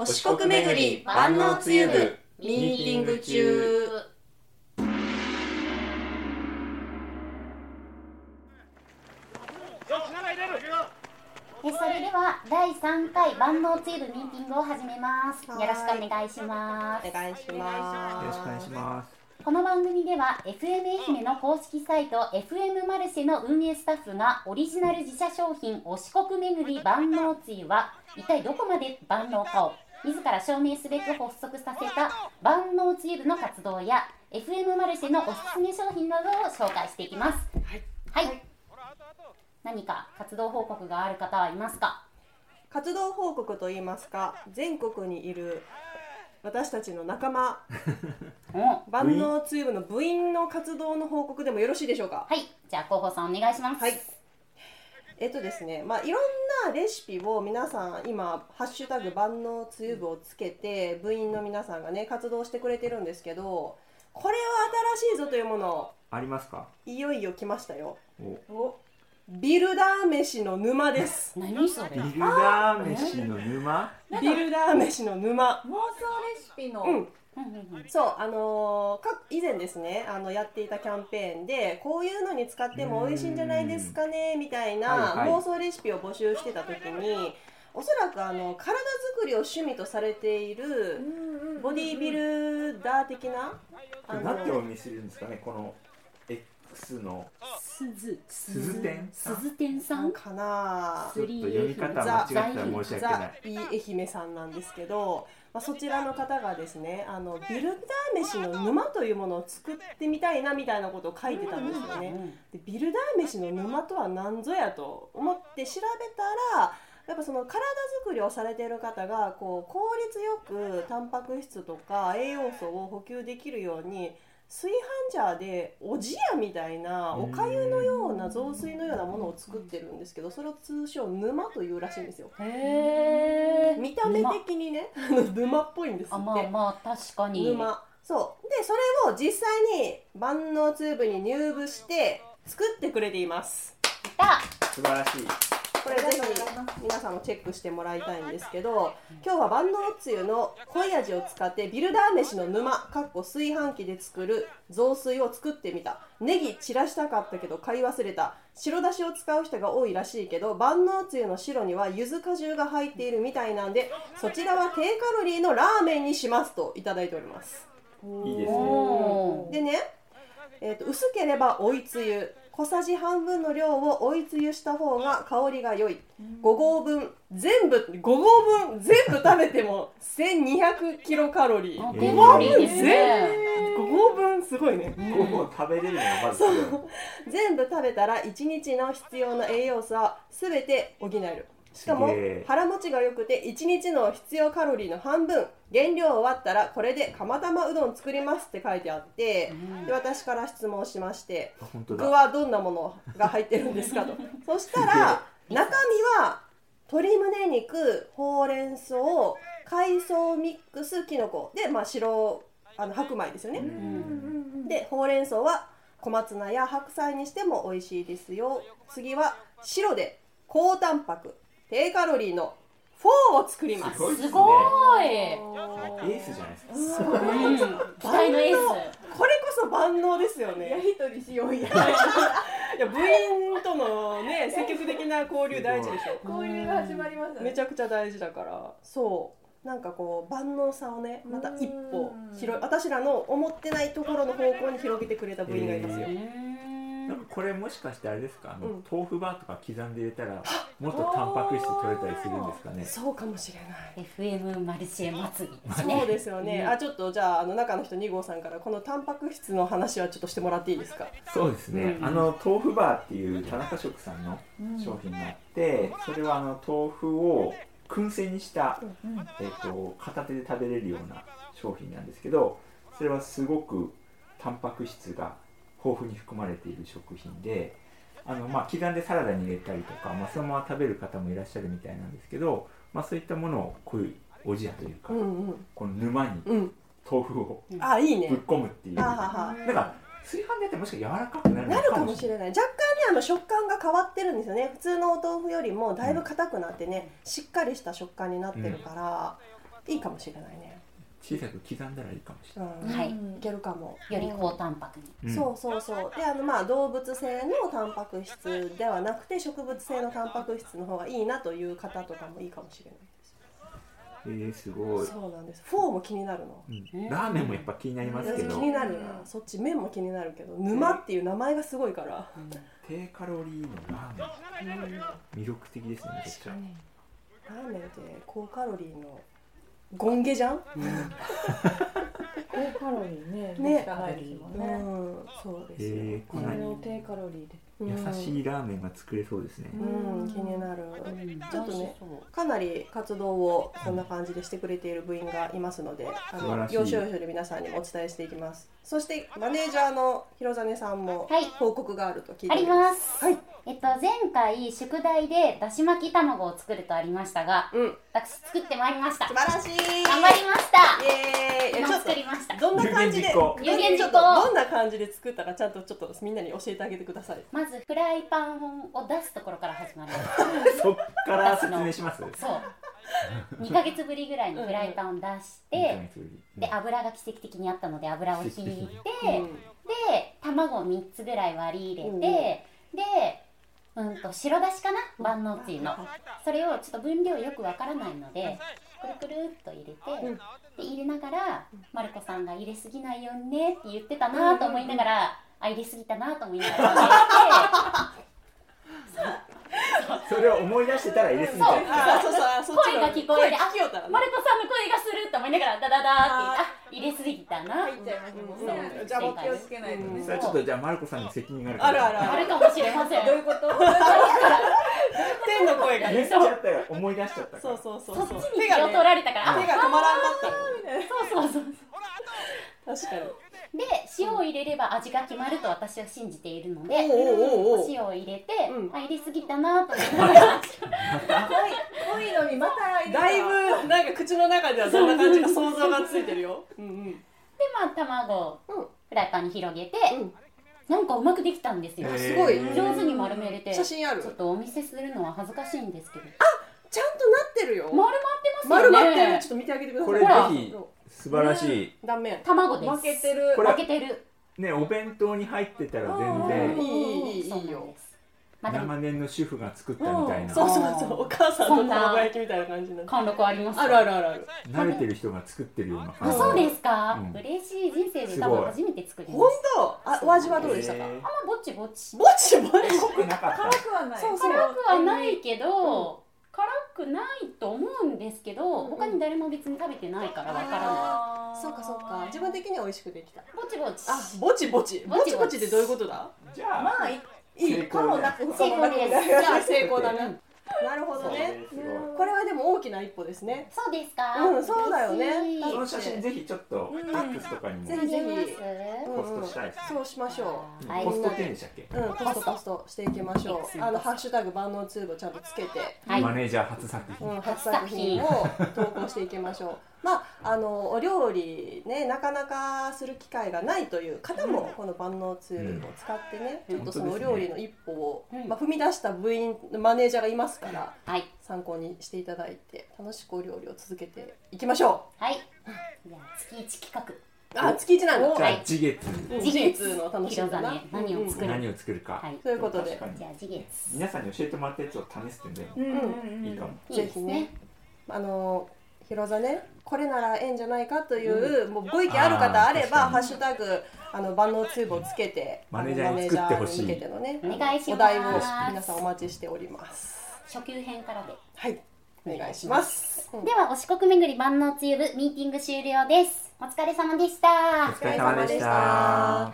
四国巡り万能つゆ部ミーティング中。 それでは第3回万能つゆ部ミーティングを始めます。よろしくお願いします。 お願いします。 よろしくお願いします。 この番組では FM 愛媛の公式サイト FM マルシェの運営スタッフがオリジナル自社商品お四国巡り万能つゆは一体どこまで万能かを自ら証明すべく発足させた万能つゆ部の活動や FM マルシェのおすすめ商品などを紹介していきます。はい、何か活動報告がある方はいますか？ 活動報告といいますか、全国にいる私たちの仲間万能つゆ部の部員の活動の報告でもよろしいでしょうか？ はい、じゃあ広報さんお願いします。 はい、ですね、いろんなレシピを皆さん今ハッシュタグ万能つゆ部をつけて部員の皆さんがね活動してくれてるんですけど、これは新しいぞというものありますか？ いよいよ来ましたよ。 おビルダー飯の沼です。 何それ？ ビルダー飯の沼？ ビルダー飯の沼。 妄想レシピの、 そう以前ですねやっていたキャンペーンでこういうのに使っても美味しいんじゃないですかねみたいな妄想レシピを募集してた時に、おそらく体作りを趣味とされているボディービルダー的な何てお見せるんですかね、この X の鈴天さんかな。 ちょっと読み方間違ってたら申し訳ない。 ザ・いい愛媛さんなんですけど、そちらの方がですねビルダー飯の沼というものを作ってみたいなみたいなことを書いてたんですよね。でビルダー飯の沼とは何ぞやと思って調べたら、やっぱその体作りをされている方が効率よくタンパク質とか栄養素を補給できるように炊飯ジャーでおじやみたいなおかゆのような雑炊のようなものを作ってるんですけど、それを通称沼というらしいんですよ。見た目的にね沼っぽいんですって。 まあ確かに沼。そうでそれを実際に万能つゆ部に入部して作ってくれています。 素晴らしい。 これぜひ皆さんもチェックしてもらいたいんですけど、今日は万能つゆの濃い味を使ってビルダー飯の沼炊飯器で作る雑炊を作ってみた。ネギ散らしたかったけど買い忘れた。白だしを使う人が多いらしいけど万能つゆの白には柚子果汁が入っているみたいなんで、そちらは低カロリーのラーメンにしますといただいております。 いいですね。 でね、薄ければ追いつゆ、小さじ半分の量を追いつゆした方が香りが良い。5合分全部食べても1200キロカロリー。 低カロリーですね。 5合分すごいね。 5合食べれるのがまず全部食べたら1日の必要な栄養素は全て補える。しかも腹持ちが良くて1日の必要カロリーの半分、原料を割ったらこれで釜玉うどん作りますって書いてあって、で私から質問しまして、具はどんなものが入ってるんですかとそしたら中身は鶏胸肉、ほうれん草、海藻ミックスきのこで、白白米ですよね。でほうれん草は小松菜や白菜にしても美味しいですよ。次は白で高タンパク低カロリーのフォーを作ります。 すごい。 エースじゃないですか。 期待のエース。 これこそ万能ですよね。 やりとりしようや。 いや部員とのね積極的な交流大事でしょ。 交流が始まりましたね。 めちゃくちゃ大事だから、そうなんか万能さをねまた一歩私らの思ってないところの方向に広げてくれた部員がいますよ。 なんかこれもしかしてあれですか、豆腐バーとか刻んで入れたらもっとタンパク質取れたりするんですかね。 そうかもしれない。 FM マルシェ祭りですね。 そうですよね。ちょっとじゃあ中の人2号さんからこのタンパク質の話はちょっとしてもらっていいですか？ そうですね、豆腐バーっていう田中食さんの商品があって、それは豆腐を燻製にした、片手で食べれるような商品なんですけど、それはすごくタンパク質が豊富に含まれている食品で、刻んでサラダに入れたりとか、そのまま食べる方もいらっしゃるみたいなんですけど、そういったものをこういうおじやというか、この沼に豆腐をぶっ込むっていう、なんか炊飯でやってもしかしたら柔らかくなるかもしれない。若干ね食感が変わってるんですよね。普通のお豆腐よりもだいぶ硬くなってね、しっかりした食感になってるから、 いいかもしれないね。 小さく刻んだらいいかもしれない。 はいいけるかも。 より高タンパクに。 そうそうそう。でまあ動物性のタンパク質ではなくて植物性のタンパク質の方がいいなという方とかもいいかもしれないです。 すごい。 そうなんです。フォーも気になるの。 ラーメンもやっぱ気になりますけど。 気になるな。そっち麺も気になるけど、沼っていう名前がすごいから。 低カロリーのラーメン。魅力的ですね。めちゃくちゃ。 ラーメンって高カロリーのゴンゲじゃん。 高カロリーね。しかないですもんね。 そうですよ。 こんなに低カロリーで。 優しいラーメンが作れそうですね。 気になる。ちょっとね、かなり活動をこんな感じでしてくれている部員がいますので、要所要所で皆さんにもお伝えしていきます。そしてマネージャーの広実さんも報告があると聞いています。 あります。前回宿題でだし巻き卵を作るとありましたが、私作ってまいりました。 素晴らしい。 頑張りました。 イエーイ。 今作りました。 どんな感じで有言実行。 どんな感じで作ったかちゃんとちょっとみんなに教えてあげてください。 まずフライパンを出すところから始まる。 そっから説明します。 そう。2ヶ月ぶりぐらいにフライパンを出して、で油が奇跡的にあったので油を引いて、で卵を3つぐらい割り入れて、で白だしかな、万能つゆのそれをちょっと分量よくわからないのでくるくるっと入れて、で入れながらマルコさんが入れすぎないようにねって言ってたなと思いながら、入れすぎたなと思いながら入れてそれを思い出してたら入れすぎた。 声が聞こえて、マルコさんの声がすると思いながらダダダって入れすぎたな。 入っちゃいますもんね。じゃあ気をつけないとね。 それはちょっとじゃあマルコさんに責任がある。 あるかもしれません。 どういうこと？ 天の声が言っちゃったよ。思い出しちゃったから。 そっちに気を取られたから手が止まらんかった。 そう確かに。 で塩を入れれば味が決まると私は信じているので、お塩を入れて、入れすぎたなと思って濃いのにまた入れた。 だいぶなんか口の中ではどんな感じか想像がついてるよ。 で卵をフライパンに広げて、なんかうまくできたんですよ。 すごい上手に丸めれて。 写真ある？ ちょっとお見せするのは恥ずかしいんですけど。 ちゃんとなってるよ。 丸まってますよね。 丸まってる。ちょっと見てあげてください。 これぜひ素晴らしい断面。 卵です。 負けてる。 負けてる。 ね、お弁当に入ってたら全然いいよ。 長年の主婦が作ったみたいな。 そうお母さんの卵焼きみたいな感じになって。 貫禄あります。 ある。 慣れてる人が作ってるような感じ。 そうですか。嬉しい。人生で多分初めて作りました。 本当？お味はどうでしたか？ ぼちぼち。 濃くなかった。 辛くはない。 辛くはないけど、辛くないと思うんですけど、他に誰も別に食べてないからわからない。 そうか。自分的には美味しくできた。 ぼちぼち。 ぼちぼちってどういうことだ？ じゃあまあいいかもなく不可もなく。 じゃあ成功だね。なるほどね。これはでも大きな一歩ですね。 そうですか。 そうだよね。 その写真ぜひちょっと X とかにもぜひポストしたいです。 そうしましょう。ポストって言うんでしたっけ？ ポストしていきましょう。ハッシュタグ万能ツーブをちゃんとつけて、 マネージャー初作品を投稿していきましょう。お料理ね、なかなかする機会がないという方もこの万能ツールを使ってね、ちょっとそのお料理の一歩を踏み出した部員マネージャーがいますから、参考にしていただいて楽しくお料理を続けていきましょう。はい。じゃあ月1企画。月1なんだ。 じゃあ次月の楽しみだな。 何を作るか。 ということで、 じゃあ次月。 皆さんに教えてもらったやつを試すってね、いいかも。 ぜひね。広座ね、これならええんじゃないかというもうご意見ある方あればハッシュタグ万能ツーブをつけてマネージャーに作ってほしい向けてのねお願いします。 お題を皆さんお待ちしております。 初級編からでお願いします。 ではお四国巡り万能ツーブミーティング終了です。お疲れ様でした。 お疲れ様でした。